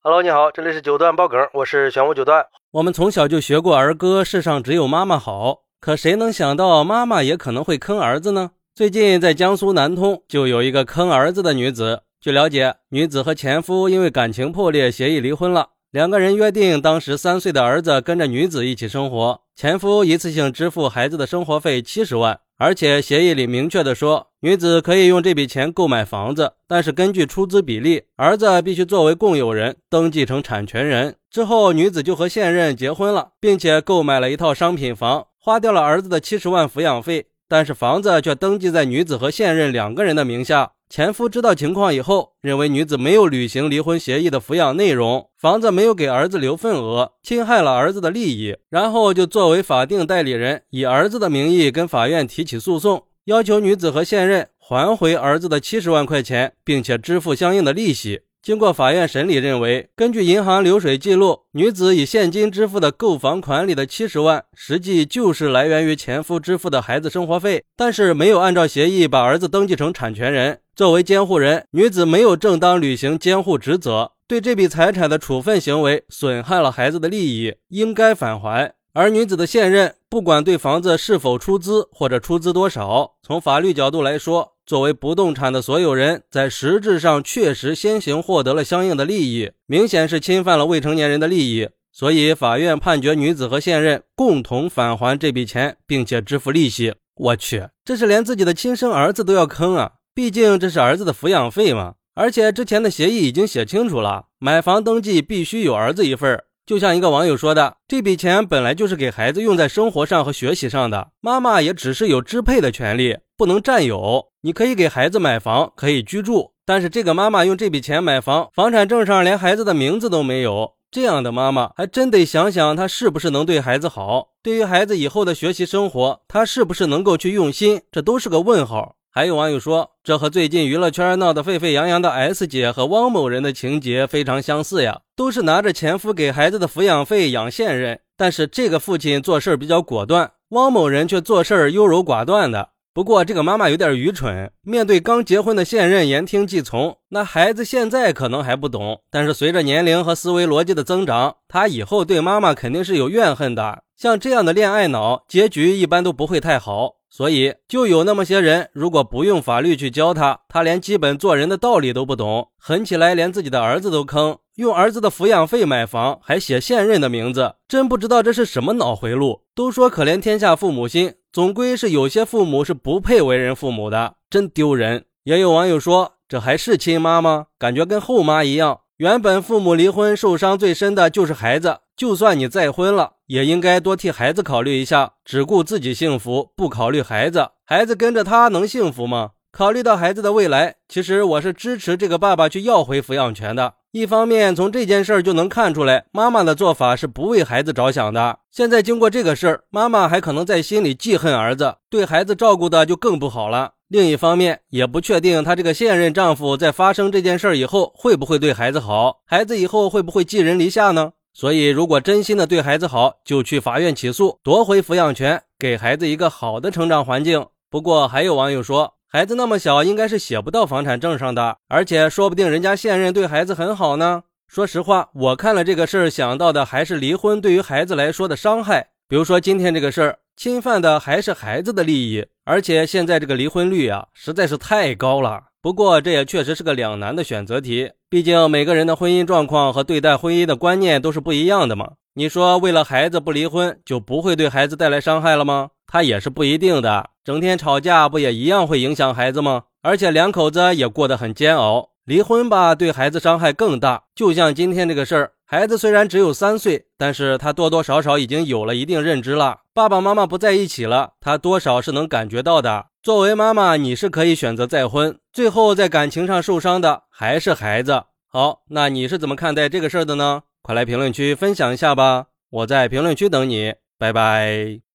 Hello， 你好，这里是九段爆梗，我是玄武九段。我们从小就学过儿歌，世上只有妈妈好，可谁能想到妈妈也可能会坑儿子呢？最近在江苏南通就有一个坑儿子的女子。据了解，女子和前夫因为感情破裂协议离婚了，两个人约定当时3岁的儿子跟着女子一起生活，前夫一次性支付孩子的生活费70万，而且协议里明确的说，女子可以用这笔钱购买房子，但是根据出资比例，儿子必须作为共有人登记成产权人。之后女子就和现任结婚了，并且购买了一套商品房，花掉了儿子的70万抚养费，但是房子却登记在女子和现任2个人的名下。前夫知道情况以后，认为女子没有履行离婚协议的抚养内容，房子没有给儿子留份额，侵害了儿子的利益，然后就作为法定代理人，以儿子的名义跟法院提起诉讼，要求女子和现任还回儿子的70万块钱，并且支付相应的利息。经过法院审理认为，根据银行流水记录，女子以现金支付的购房款里的70万，实际就是来源于前夫支付的孩子生活费，但是没有按照协议把儿子登记成产权人。作为监护人，女子没有正当履行监护职责，对这笔财产的处分行为损害了孩子的利益，应该返还。而女子的现任不管对房子是否出资或者出资多少，从法律角度来说，作为不动产的所有人，在实质上确实先行获得了相应的利益，明显是侵犯了未成年人的利益，所以法院判决女子和现任共同返还这笔钱，并且支付利息。我去，这是连自己的亲生儿子都要坑啊！毕竟这是儿子的抚养费嘛，而且之前的协议已经写清楚了，买房登记必须有儿子一份。就像一个网友说的，这笔钱本来就是给孩子用在生活上和学习上的，妈妈也只是有支配的权利，不能占有。你可以给孩子买房，可以居住，但是这个妈妈用这笔钱买房，房产证上连孩子的名字都没有，这样的妈妈还真得想想她是不是能对孩子好，对于孩子以后的学习生活，她是不是能够去用心，这都是个问号。还有网友说，这和最近娱乐圈闹得沸沸扬扬的 S 姐和汪某人的情节非常相似呀，都是拿着前夫给孩子的抚养费养现任，但是这个父亲做事比较果断，汪某人却做事优柔寡断的。不过这个妈妈有点愚蠢，面对刚结婚的现任言听计从，那孩子现在可能还不懂，但是随着年龄和思维逻辑的增长，他以后对妈妈肯定是有怨恨的。像这样的恋爱脑，结局一般都不会太好。所以就有那么些人，如果不用法律去教他，他连基本做人的道理都不懂，狠起来连自己的儿子都坑，用儿子的抚养费买房，还写现任的名字，真不知道这是什么脑回路。都说可怜天下父母心，总归是有些父母是不配为人父母的，真丢人。也有网友说，这还是亲妈吗？感觉跟后妈一样，原本父母离婚受伤最深的就是孩子，就算你再婚了，也应该多替孩子考虑一下，只顾自己幸福，不考虑孩子，孩子跟着他能幸福吗？考虑到孩子的未来，其实我是支持这个爸爸去要回抚养权的。一方面从这件事就能看出来，妈妈的做法是不为孩子着想的。现在经过这个事，妈妈还可能在心里记恨儿子，对孩子照顾的就更不好了。另一方面，也不确定她这个现任丈夫在发生这件事以后会不会对孩子好，孩子以后会不会寄人篱下呢？所以如果真心的对孩子好，就去法院起诉，夺回抚养权，给孩子一个好的成长环境。不过还有网友说，孩子那么小，应该是写不到房产证上的，而且说不定人家现任对孩子很好呢。说实话，我看了这个事儿，想到的还是离婚对于孩子来说的伤害。比如说今天这个事儿，侵犯的还是孩子的利益，而且现在这个离婚率啊，实在是太高了。不过这也确实是个两难的选择题，毕竟每个人的婚姻状况和对待婚姻的观念都是不一样的嘛。你说为了孩子不离婚，就不会对孩子带来伤害了吗？他也是不一定的，整天吵架不也一样会影响孩子吗？而且两口子也过得很煎熬，离婚吧对孩子伤害更大。就像今天这个事儿，孩子虽然只有3岁，但是他多多少少已经有了一定认知了，爸爸妈妈不在一起了，他多少是能感觉到的。作为妈妈，你是可以选择再婚，最后在感情上受伤的还是孩子。好，那你是怎么看待这个事儿的呢？快来评论区分享一下吧，我在评论区等你，拜拜。